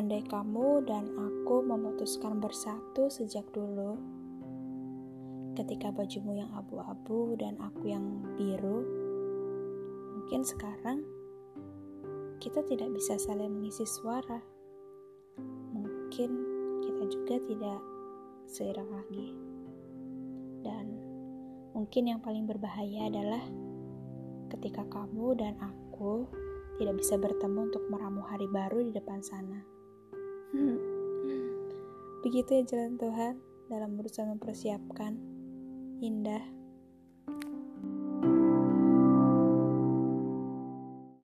Andai kamu dan aku memutuskan bersatu sejak dulu, ketika bajumu yang abu-abu dan aku yang biru, mungkin sekarang kita tidak bisa saling mengisi suara. Mungkin kita juga tidak seirama lagi. Dan mungkin yang paling berbahaya adalah ketika kamu dan aku tidak bisa bertemu untuk meramu hari baru di depan sana. Begitu ya jalan Tuhan dalam berusaha mempersiapkan. Indah.